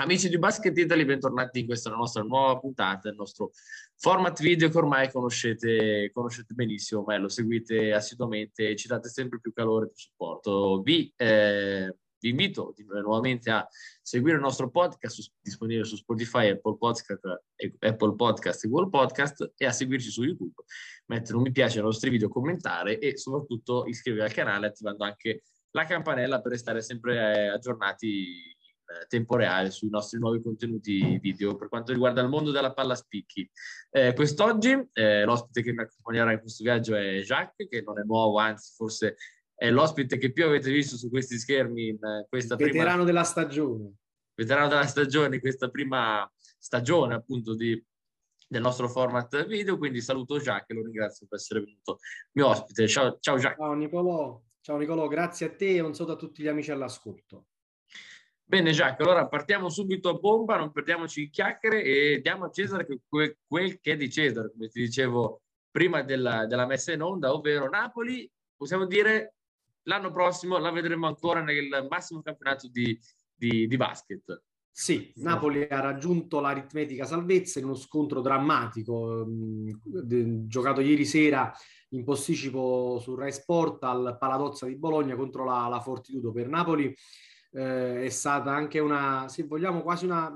Amici di Basket Italy, bentornati in questa nostra nuova puntata, il nostro format video che ormai conoscete benissimo, ma lo seguite assiduamente e ci date sempre più calore e più supporto. Vi invito nuovamente a seguire il nostro podcast disponibile su Spotify, Apple Podcast e Google Podcast, e a seguirci su YouTube, mettere un mi piace ai nostri video, commentare e soprattutto iscrivervi al canale attivando anche la campanella per restare sempre aggiornati tempo reale sui nostri nuovi contenuti video per quanto riguarda il mondo della palla a spicchi. Quest'oggi l'ospite che mi accompagnerà in questo viaggio è Jacques, che non è nuovo, anzi forse è l'ospite che più avete visto su questi schermi in questa veterano della stagione. Veterano della stagione, questa prima stagione appunto del nostro format video, quindi saluto Jacques e lo ringrazio per essere venuto mio ospite. Ciao Jacques. Ciao Nicolò, grazie a te e un saluto a tutti gli amici all'ascolto. Bene Jacques, allora partiamo subito a bomba, non perdiamoci in chiacchiere e diamo a Cesare quel che è di Cesare, come ti dicevo prima della messa in onda, ovvero Napoli, possiamo dire l'anno prossimo la vedremo ancora nel massimo campionato di basket. Sì, Napoli ha raggiunto l'aritmetica salvezza in uno scontro drammatico, giocato ieri sera in posticipo su Rai Sport al Paladozza di Bologna contro la Fortitudo. Per Napoli è stata anche se vogliamo, quasi una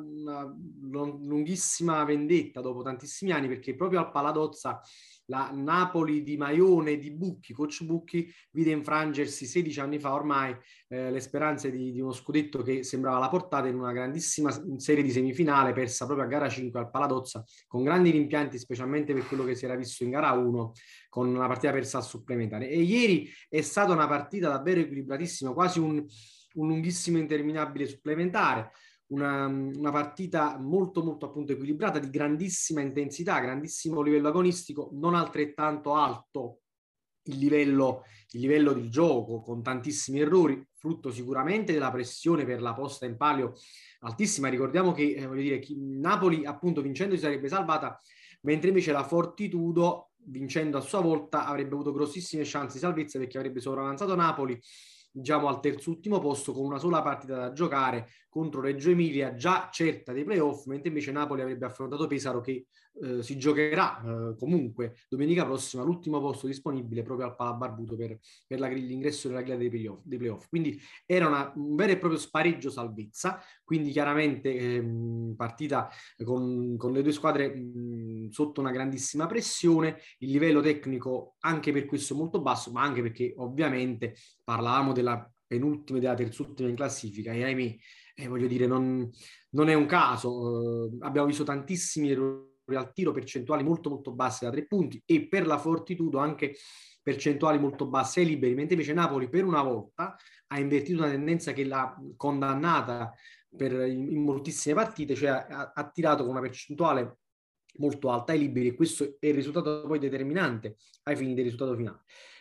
lunghissima vendetta dopo tantissimi anni, perché proprio al Paladozza la Napoli di Maione, di Bucchi, coach Bucchi, vide infrangersi 16 anni fa ormai le speranze di uno scudetto che sembrava alla portata, in una grandissima serie di semifinale persa proprio a gara 5 al Paladozza, con grandi rimpianti, specialmente per quello che si era visto in gara 1, con una partita persa a supplementare. E ieri è stata una partita davvero equilibratissima, quasi un lunghissimo e interminabile supplementare, una partita molto molto appunto equilibrata, di grandissima intensità, grandissimo livello agonistico, non altrettanto alto il livello di gioco, con tantissimi errori, frutto sicuramente della pressione per la posta in palio altissima. Ricordiamo che voglio dire, Napoli appunto vincendo si sarebbe salvata, mentre invece la Fortitudo vincendo a sua volta avrebbe avuto grossissime chance di salvezza, perché avrebbe sopravanzato Napoli, diciamo, al terzultimo posto con una sola partita da giocare contro Reggio Emilia, già certa dei playoff, mentre invece Napoli avrebbe affrontato Pesaro, che si giocherà comunque domenica prossima l'ultimo posto disponibile proprio al Palabarbuto per l'ingresso nella griglia dei playoff. Quindi era un vero e proprio spareggio salvezza, quindi chiaramente partita con le due squadre sotto una grandissima pressione, il livello tecnico anche per questo molto basso, ma anche perché ovviamente parlavamo della penultima e della terzultima in classifica e ahimè, voglio dire, non è un caso. Abbiamo visto tantissimi errori al tiro, percentuali molto molto basse da 3 punti, e per la Fortitudo anche percentuali molto basse ai liberi, mentre invece Napoli per una volta ha invertito una tendenza che l'ha condannata in moltissime partite, cioè ha tirato con una percentuale molto alta ai liberi, e questo è il risultato poi determinante ai fini del risultato finale.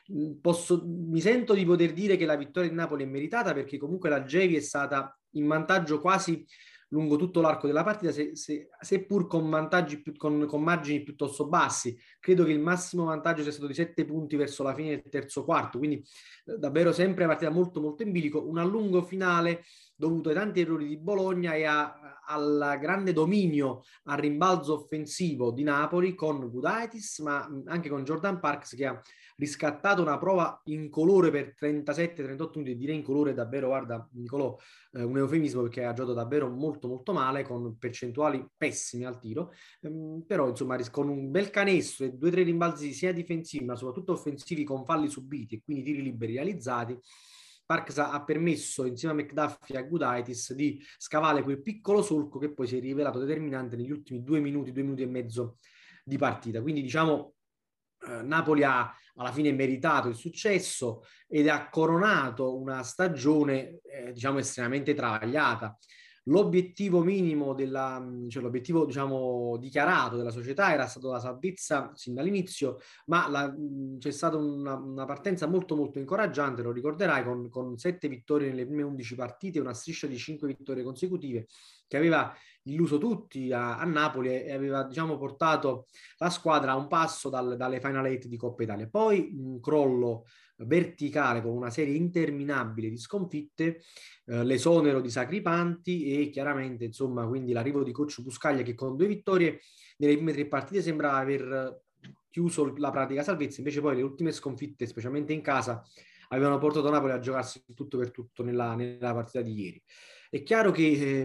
Mi sento di poter dire che la vittoria di Napoli è meritata, perché comunque la Gevi è stata in vantaggio quasi lungo tutto l'arco della partita, seppur con con margini piuttosto bassi. Credo che il massimo vantaggio sia stato di 7 punti verso la fine del terzo quarto, quindi davvero sempre una partita molto molto in bilico, un allungo finale dovuto ai tanti errori di Bologna e al grande dominio al rimbalzo offensivo di Napoli con Gudaitis, ma anche con Jordan Parks, che ha riscattato una prova incolore per 37-38 minuti. Direi incolore davvero, guarda Nicolò, un eufemismo, perché ha giocato davvero molto molto male, con percentuali pessime al tiro, però insomma con un bel canestro e 2 o 3 rimbalzi sia difensivi ma soprattutto offensivi, con falli subiti e quindi tiri liberi realizzati, Parks ha permesso insieme a McDuffie e a Gudaitis di scavare quel piccolo solco che poi si è rivelato determinante negli ultimi 2 minuti e mezzo di partita. Quindi diciamo Napoli ha alla fine meritato il successo ed ha coronato una stagione diciamo estremamente travagliata. L'obiettivo minimo cioè l'obiettivo diciamo dichiarato della società era stato la salvezza sin dall'inizio, ma c'è stata una partenza molto molto incoraggiante, lo ricorderai, con 7 vittorie nelle prime 11 partite, una striscia di 5 vittorie consecutive che aveva illuso tutti a Napoli e aveva diciamo portato la squadra a un passo dalle Final 8 di Coppa Italia. Poi un crollo verticale con una serie interminabile di sconfitte, l'esonero di Sacripanti e chiaramente insomma quindi l'arrivo di coach Buscaglia che con 2 vittorie nelle prime 3 partite sembrava aver chiuso la pratica salvezza, invece poi le ultime sconfitte, specialmente in casa, avevano portato Napoli a giocarsi tutto per tutto nella partita di ieri. È chiaro che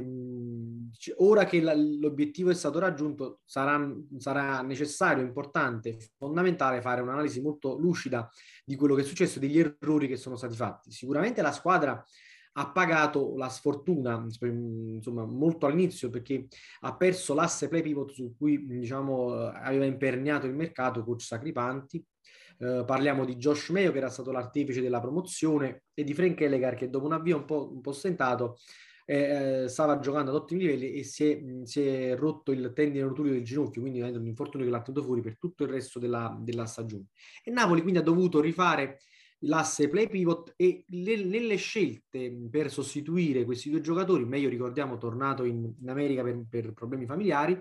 ora che l'obiettivo è stato raggiunto sarà necessario, importante, fondamentale fare un'analisi molto lucida di quello che è successo, degli errori che sono stati fatti. Sicuramente la squadra ha pagato la sfortuna, insomma, molto all'inizio perché ha perso l'asse play pivot su cui diciamo aveva imperniato il mercato coach Sacripanti. Parliamo di Josh Mayo che era stato l'artefice della promozione e di Frank Ellegar che dopo un avvio un po' stentato stava giocando ad ottimi livelli e si è rotto il tendine rotulio del ginocchio, quindi è un infortunio che l'ha tenuto fuori per tutto il resto della stagione. E Napoli quindi ha dovuto rifare l'asse play pivot e nelle scelte per sostituire questi 2 giocatori, meglio ricordiamo tornato in America per problemi familiari,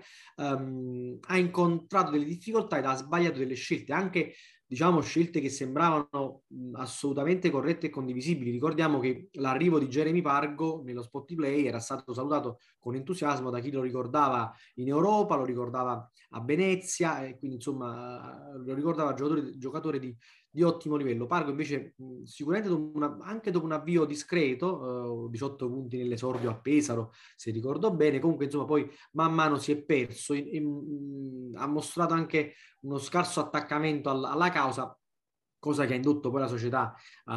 ha incontrato delle difficoltà ed ha sbagliato delle scelte, anche diciamo scelte che sembravano assolutamente corrette e condivisibili. Ricordiamo che l'arrivo di Jeremy Pargo nello spot play era stato salutato con entusiasmo da chi lo ricordava in Europa, lo ricordava a Venezia e quindi insomma lo ricordava giocatore di ottimo livello. Pargo invece sicuramente anche dopo un avvio discreto, 18 punti nell'esordio a Pesaro, se ricordo bene, comunque insomma poi man mano si è perso e ha mostrato anche uno scarso attaccamento alla causa, cosa che ha indotto poi la società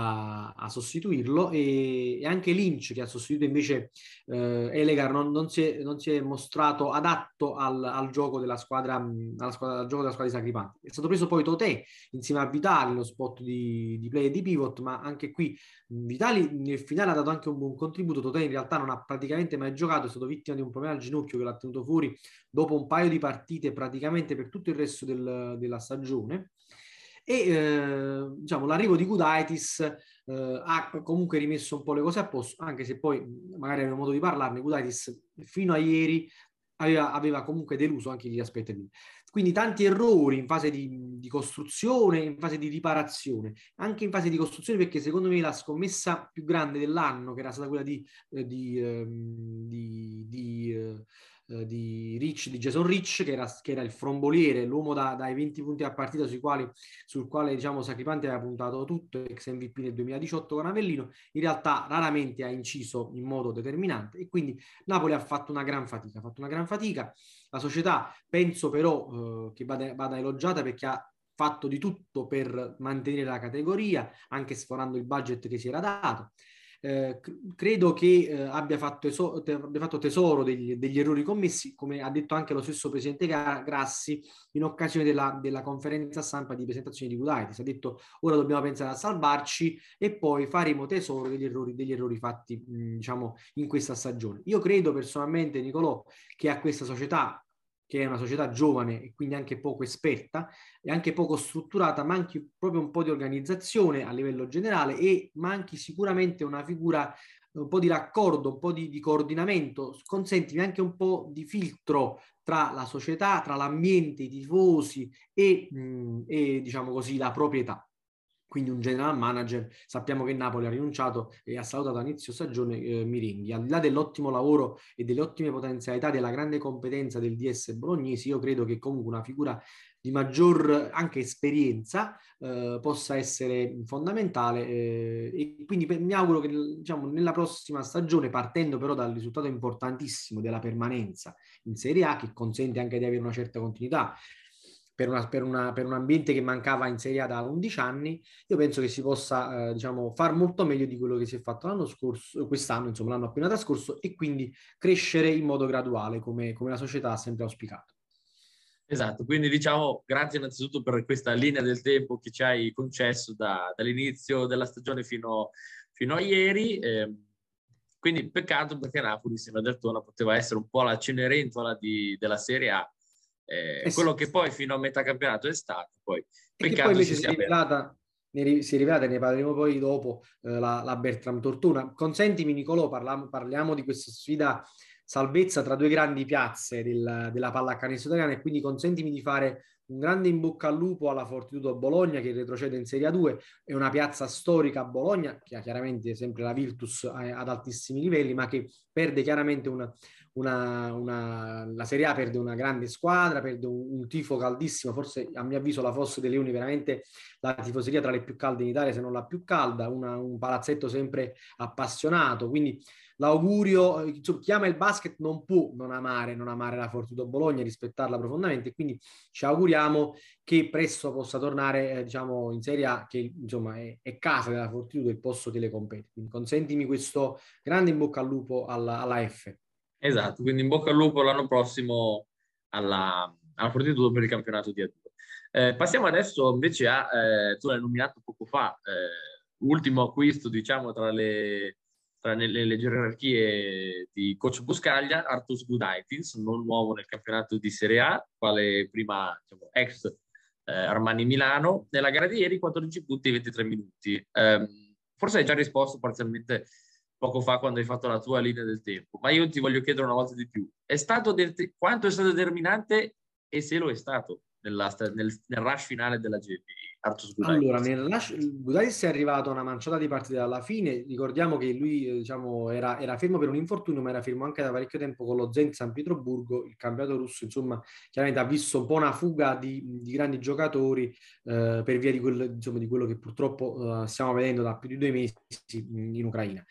a sostituirlo e anche Lynch che ha sostituito invece Elegar non si è mostrato adatto al gioco della squadra, al gioco della squadra di Sacripanti. È stato preso poi Totè insieme a Vitali lo spot di play e di pivot, ma anche qui Vitali nel finale ha dato anche un buon contributo. Totè in realtà non ha praticamente mai giocato, è stato vittima di un problema al ginocchio che l'ha tenuto fuori dopo un paio di partite praticamente per tutto il resto della stagione. E diciamo l'arrivo di Gudaitis ha comunque rimesso un po' le cose a posto, anche se poi magari avremo modo di parlarne. Gudaitis fino a ieri aveva comunque deluso anche gli aspettative. Quindi tanti errori in fase di costruzione, in fase di riparazione, anche in fase di costruzione perché secondo me la scommessa più grande dell'anno, che era stata quella di Rich, di Jason Rich, che era il fromboliere, l'uomo dai 20 punti a partita sul quale diciamo Sacripanti aveva puntato tutto, ex MVP nel 2018 con Avellino, in realtà raramente ha inciso in modo determinante e quindi Napoli ha fatto una gran fatica. La società penso però che vada elogiata perché ha fatto di tutto per mantenere la categoria, anche sforando il budget che si era dato. Credo che abbia fatto tesoro degli errori commessi, come ha detto anche lo stesso presidente Grassi in occasione della conferenza stampa di presentazione di Gudaitis. Ha detto ora dobbiamo pensare a salvarci e poi faremo tesoro degli errori fatti diciamo in questa stagione. Io credo personalmente, Nicolò, che a questa società, che è una società giovane e quindi anche poco esperta e anche poco strutturata, manchi proprio un po' di organizzazione a livello generale e manchi sicuramente una figura, un po' di raccordo, un po' di coordinamento, consentimi anche un po' di filtro tra la società, tra l'ambiente, i tifosi e diciamo così la proprietà. Quindi un general manager, sappiamo che Napoli ha rinunciato e ha salutato a inizio stagione Miringhi. Al di là dell'ottimo lavoro e delle ottime potenzialità, della grande competenza del DS bolognesi, io credo che comunque una figura di maggior anche esperienza possa essere fondamentale e quindi mi auguro che diciamo, nella prossima stagione, partendo però dal risultato importantissimo della permanenza in Serie A, che consente anche di avere una certa continuità, per un ambiente che mancava in Serie A da 11 anni, io penso che si possa diciamo, far molto meglio di quello che si è fatto l'anno scorso, quest'anno, insomma l'anno appena trascorso, e quindi crescere in modo graduale, come la società ha sempre auspicato. Esatto, quindi diciamo grazie innanzitutto per questa linea del tempo che ci hai concesso dall'inizio della stagione fino a ieri. Quindi peccato perché Napoli, insieme a Deltona, poteva essere un po' la Cenerentola della Serie A. Quello che poi fino a metà campionato è stato, poi peccato poi invece si sia perso. si è rivelata, ne parleremo poi dopo, la Bertram Tortona. Consentimi Nicolò, parliamo di questa sfida salvezza tra 2 grandi piazze della pallacanestro italiana e quindi consentimi di fare un grande in bocca al lupo alla Fortitudo Bologna che retrocede in Serie A2, è una piazza storica Bologna, che ha chiaramente sempre la Virtus ad altissimi livelli, ma che perde chiaramente la Serie A, perde una grande squadra, perde un tifo caldissimo, forse a mio avviso la Fosse dei Leoni veramente la tifoseria tra le più calde in Italia, se non la più calda, un palazzetto sempre appassionato, quindi l'augurio, chi ama il basket non può non amare la Fortitudo Bologna, rispettarla profondamente, quindi ci auguriamo che presto possa tornare diciamo in Serie A, che insomma è casa della Fortitudo, il posto che le compete. Quindi consentimi questo grande in bocca al lupo alla F. Esatto, quindi in bocca al lupo l'anno prossimo alla Fortitudo per il campionato di A2. Passiamo adesso invece tu l'hai nominato poco fa, ultimo acquisto diciamo le gerarchie di coach Buscaglia, Arturs Gudaitis, non nuovo nel campionato di Serie A, quale prima diciamo, ex Armani Milano. Nella gara di ieri 14 punti e 23 minuti. Forse hai già risposto parzialmente poco fa quando hai fatto la tua linea del tempo, ma io ti voglio chiedere una volta di più. Quanto è stato determinante e se lo è stato nel rush finale della GP, Arturs Allora, Gudaitis? Gudaitis è arrivato a una manciata di partite alla fine. Ricordiamo che lui, diciamo, era fermo per un infortunio, ma era fermo anche da parecchio tempo con lo Zenit San Pietroburgo, il campionato russo. Insomma, chiaramente ha visto un po' una fuga di grandi giocatori per via insomma, di quello che purtroppo stiamo vedendo da più di 2 mesi in Ucraina.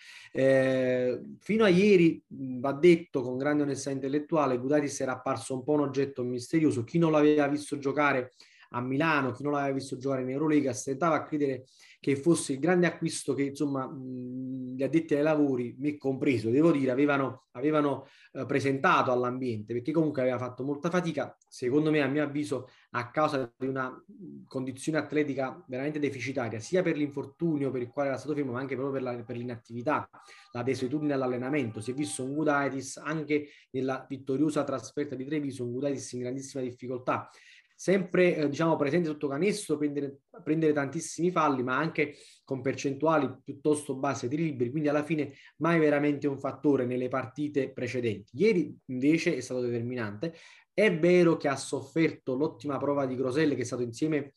Fino a ieri, va detto con grande onestà intellettuale, Gudaitis era apparso un po' un oggetto misterioso. Chi non l'aveva visto giocare a Milano, chi non l'aveva visto giocare in Eurolega, stentava a credere che fosse il grande acquisto che insomma gli addetti ai lavori, me compreso, devo dire, avevano presentato all'ambiente, perché comunque aveva fatto molta fatica, secondo me, a mio avviso, a causa di una condizione atletica veramente deficitaria, sia per l'infortunio per il quale era stato fermo, ma anche proprio per l'inattività, la desuetudine all'allenamento. Si è visto un Gudaitis anche nella vittoriosa trasferta di Treviso, un Gudaitis in grandissima difficoltà, sempre diciamo presente sotto canestro, prendere tantissimi falli, ma anche con percentuali piuttosto basse di liberi, quindi alla fine mai veramente un fattore nelle partite precedenti. Ieri invece è stato determinante. È vero che ha sofferto l'ottima prova di Groselle, che è stato insieme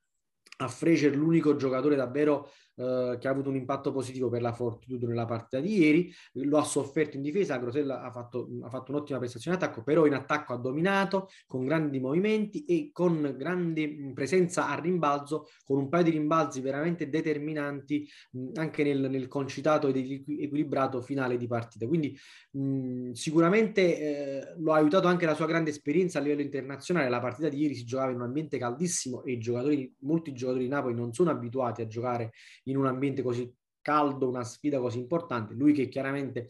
a Frecer l'unico giocatore davvero che ha avuto un impatto positivo per la Fortitudo nella partita di ieri. Lo ha sofferto in difesa, Grosella ha fatto un'ottima prestazione in attacco, però in attacco ha dominato con grandi movimenti e con grande presenza a rimbalzo, con un paio di rimbalzi veramente determinanti anche nel concitato ed equilibrato finale di partita. Quindi sicuramente lo ha aiutato anche la sua grande esperienza a livello internazionale. La partita di ieri si giocava in un ambiente caldissimo e molti giocatori di Napoli non sono abituati a giocare in un ambiente così caldo, una sfida così importante. Lui che chiaramente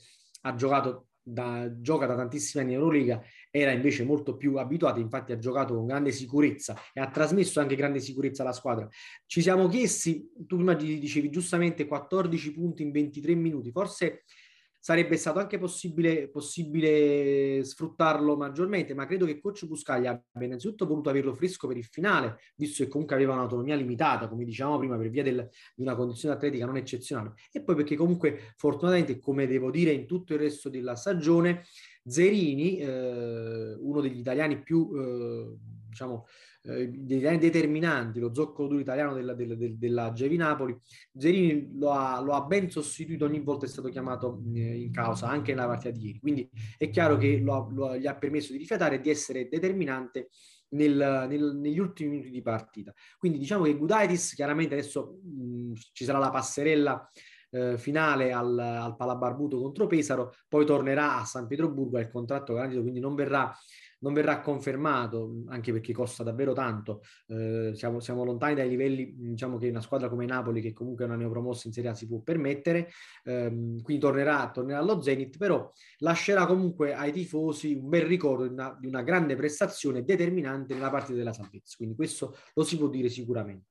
gioca da tantissimi anni in Euroliga, era invece molto più abituato, infatti ha giocato con grande sicurezza e ha trasmesso anche grande sicurezza alla squadra. Ci siamo chiesti, tu prima dicevi giustamente 14 punti in 23 minuti, forse sarebbe stato anche possibile sfruttarlo maggiormente, ma credo che coach Buscaglia abbia innanzitutto voluto averlo fresco per il finale, visto che comunque aveva un'autonomia limitata, come dicevamo prima, per via di una condizione atletica non eccezionale, e poi perché comunque fortunatamente, come devo dire in tutto il resto della stagione, Zerini, uno degli italiani più, diciamo, degli italiani determinanti, lo zoccolo duro italiano della Gevi Napoli, Zerini lo ha ben sostituito ogni volta è stato chiamato in causa, anche nella partita di ieri. Quindi è chiaro che gli ha permesso di rifiatare e di essere determinante negli ultimi minuti di partita. Quindi diciamo che Gudaitis, chiaramente adesso ci sarà la passerella finale al Palabarbuto contro Pesaro, poi tornerà a San Pietroburgo, al contratto garantito, quindi non verrà confermato, anche perché costa davvero tanto. Siamo lontani dai livelli, diciamo, che una squadra come Napoli, che comunque è una neopromossa in Serie A, si può permettere. Quindi tornerà allo Zenit, però lascerà comunque ai tifosi un bel ricordo di una grande prestazione determinante nella partita della salvezza. Quindi questo lo si può dire sicuramente.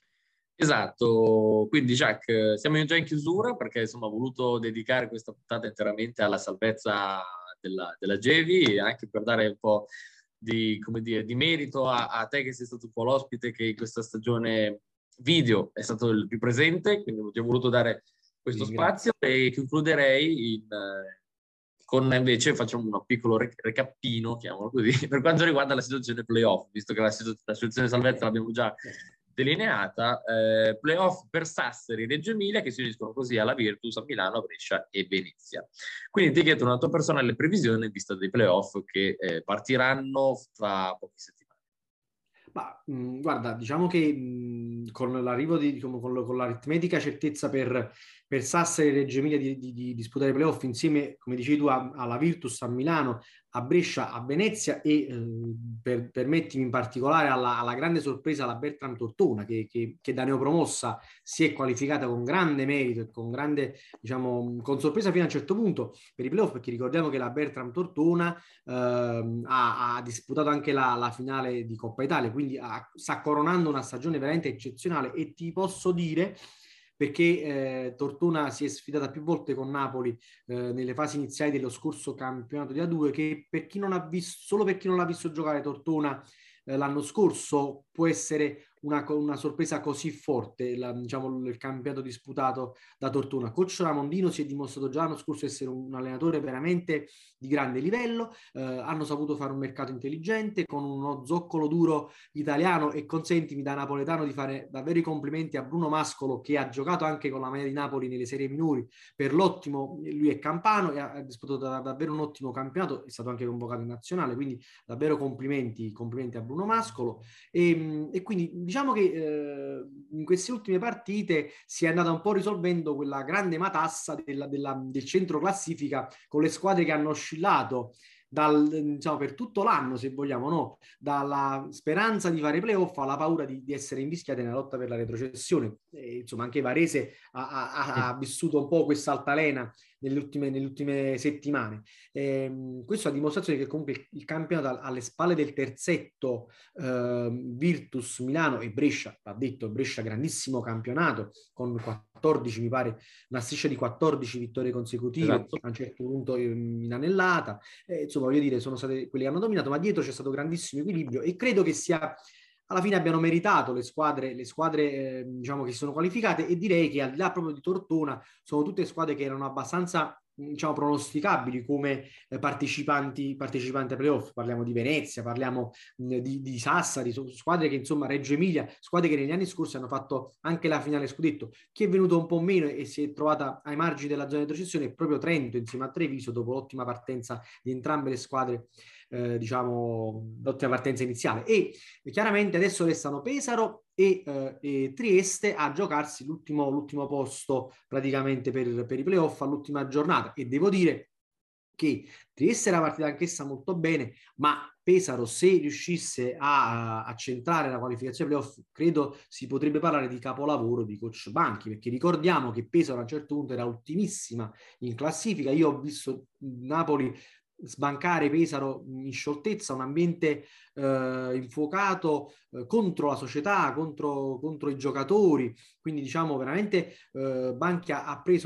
Esatto, quindi Jack, siamo già in chiusura perché insomma ho voluto dedicare questa puntata interamente alla salvezza della Gevi, anche per dare un po' di, come dire, di merito a te che sei stato un po' l'ospite che in questa stagione video è stato il più presente, quindi ti ho voluto dare questo Quindi, grazie. spazio e concluderei con invece facciamo un piccolo recappino, chiamiamolo così, per quanto riguarda la situazione playoff, visto che la situazione salvezza l'abbiamo già delineata, playoff per Sassari e Reggio Emilia, che si uniscono così alla Virtus, a Milano, a Brescia e Venezia. Quindi ti chiedo una tua personale previsione in vista dei playoff che partiranno fra poche settimane. Ma, guarda, diciamo che con l'arrivo con l'aritmetica certezza per Sassari e Reggio Emilia di disputare i playoff insieme, come dicevi tu, alla Virtus, a Milano, a Brescia, a Venezia e permettimi in particolare alla grande sorpresa la Bertram Tortona che da neopromossa si è qualificata con grande merito e con grande, diciamo, con sorpresa fino a un certo punto per i playoff, perché ricordiamo che la Bertram Tortona ha disputato anche la finale di Coppa Italia, quindi sta coronando una stagione veramente eccezionale e ti posso dire perché Tortona si è sfidata più volte con Napoli nelle fasi iniziali dello scorso campionato di A2, che per chi non ha visto, solo per chi non l'ha visto giocare Tortona l'anno scorso può essere una sorpresa così forte, diciamo, il campionato disputato da Tortona. Coach Ramondino si è dimostrato già l'anno scorso essere un allenatore veramente di grande livello, hanno saputo fare un mercato intelligente con uno zoccolo duro italiano e consentimi da napoletano di fare davvero i complimenti a Bruno Mascolo che ha giocato anche con la maglia di Napoli nelle serie minori per l'ottimo, lui è campano e ha disputato davvero un ottimo campionato, è stato anche convocato in nazionale, quindi davvero complimenti a Bruno Mascolo e quindi diciamo che in queste ultime partite si è andata un po' risolvendo quella grande matassa del centro classifica con le squadre che hanno oscillato diciamo, per tutto l'anno, se vogliamo, no? Dalla speranza di fare playoff alla paura di essere invischiate nella lotta per la retrocessione. Insomma, anche Varese ha vissuto un po' questa altalena nelle ultime settimane. Questo a dimostrazione che comunque il campionato alle spalle del terzetto Virtus, Milano e Brescia, va detto, Brescia grandissimo campionato con 14, mi pare, una striscia di 14 vittorie consecutive, Esatto. a un certo punto inanellata, insomma voglio dire sono state quelli che hanno dominato, ma dietro c'è stato grandissimo equilibrio e credo che sia alla fine abbiano meritato le squadre diciamo, che si sono qualificate e direi che al di là proprio di Tortona sono tutte squadre che erano abbastanza diciamo pronosticabili come partecipanti ai playoff. Parliamo di Venezia, parliamo di Sassari, squadre che insomma Reggio Emilia, squadre che negli anni scorsi hanno fatto anche la finale scudetto. Chi è venuto un po' meno e si è trovata ai margini della zona di retrocessione è proprio Trento insieme a Treviso dopo l'ottima partenza di entrambe le squadre, diciamo l'ottima partenza iniziale e chiaramente adesso restano Pesaro e Trieste a giocarsi l'ultimo posto praticamente per i playoff all'ultima giornata e devo dire che Trieste era partita anch'essa molto bene, ma Pesaro se riuscisse a centrare la qualificazione playoff credo si potrebbe parlare di capolavoro di coach Banchi, perché ricordiamo che Pesaro a un certo punto era ultimissima in classifica, io ho visto Napoli sbancare Pesaro in scioltezza, un ambiente infuocato contro la società, contro i giocatori, quindi diciamo veramente Banchi ha preso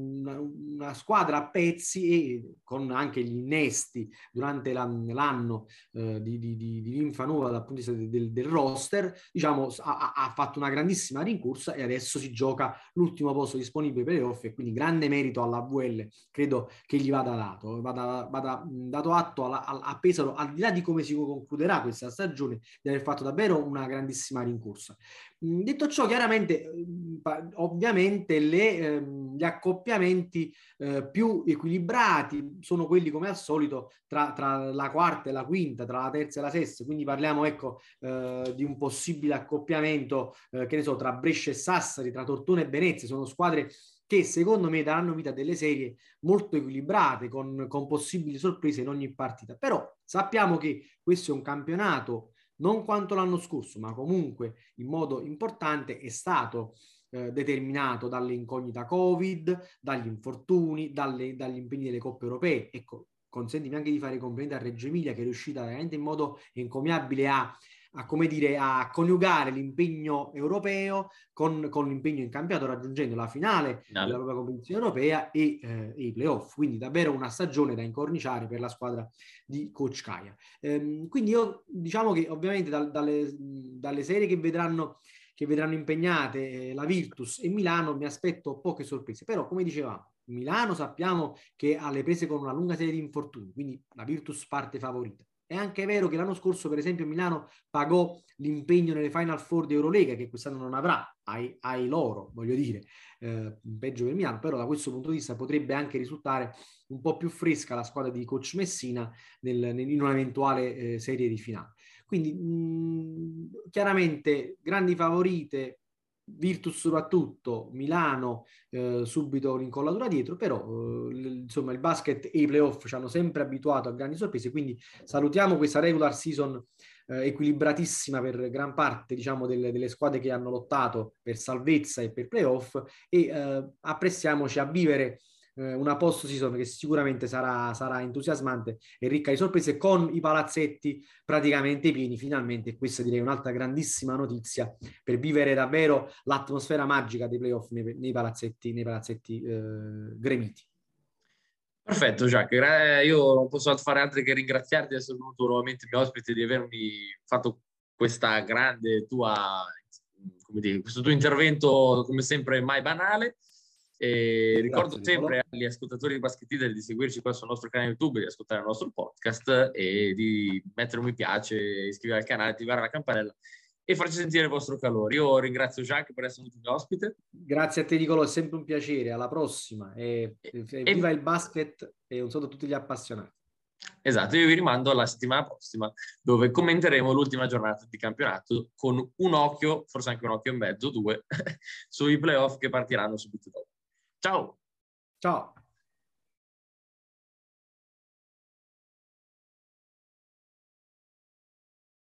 una squadra a pezzi e con anche gli innesti durante l'anno di linfa nuova dal punto di vista del roster, diciamo ha fatto una grandissima rincorsa e adesso si gioca l'ultimo posto disponibile per i playoff e quindi grande merito alla VL, credo che gli vada dato atto a Pesaro, al di là di come si concluderà questa stagione, di aver fatto davvero una grandissima rincorsa. Detto ciò, chiaramente, ovviamente gli accoppiamenti più equilibrati sono quelli come al solito tra la quarta e la quinta, tra la terza e la sesta, quindi parliamo ecco di un possibile accoppiamento che ne so, tra Brescia e Sassari, tra Tortona e Venezia, sono squadre che secondo me daranno vita a delle serie molto equilibrate, con possibili sorprese in ogni partita. Però sappiamo che questo è un campionato, non quanto l'anno scorso, ma comunque in modo importante è stato determinato dall'incognita Covid, dagli infortuni, dagli impegni delle coppe europee. Ecco, consentimi anche di fare i complimenti a Reggio Emilia che è riuscita veramente in modo encomiabile come dire, a coniugare l'impegno europeo con l'impegno in campionato, raggiungendo la finale della propria competizione europea e i playoff. Quindi davvero una stagione da incorniciare per la squadra di Coach Caia. Quindi io diciamo che ovviamente dalle serie che vedranno che vedranno impegnate la Virtus e Milano, mi aspetto poche sorprese. Però, come dicevamo, Milano sappiamo che ha le prese con una lunga serie di infortuni, quindi la Virtus parte favorita. È anche vero che l'anno scorso, per esempio, Milano pagò l'impegno nelle Final Four di Eurolega, che quest'anno non avrà, ai loro, voglio dire, peggio per Milano, però da questo punto di vista potrebbe anche risultare un po' più fresca la squadra di coach Messina in un'eventuale serie di finale. Quindi chiaramente grandi favorite, Virtus soprattutto, Milano subito l'incollatura dietro, però insomma il basket e i playoff ci hanno sempre abituato a grandi sorprese, quindi salutiamo questa regular season equilibratissima per gran parte, diciamo, delle squadre che hanno lottato per salvezza e per playoff, e apprestiamoci a vivere una post season che sicuramente sarà entusiasmante e ricca di sorprese, con i palazzetti praticamente pieni finalmente. Questa direi un'altra grandissima notizia per vivere davvero l'atmosfera magica dei playoff nei palazzetti gremiti. Perfetto, Jacques. Io non posso fare altro che ringraziarti di essere venuto nuovamente mio ospite, di avermi fatto questa grande tua, come dire, questo tuo intervento, come sempre, mai banale. E ricordo sempre agli ascoltatori di Basket Italy di seguirci qua sul nostro canale YouTube, di ascoltare il nostro podcast e di mettere un mi piace, iscrivervi al canale, attivare la campanella e farci sentire il vostro calore. Io ringrazio Jacques per essere venuto mio ospite. Grazie a te, Nicolò, è sempre un piacere. Alla prossima. Viva il basket e un saluto a tutti gli appassionati. Esatto, io vi rimando alla settimana prossima, dove commenteremo l'ultima giornata di campionato con un occhio, forse anche un occhio e mezzo, due, sui playoff che partiranno subito dopo. Ciao! Ciao!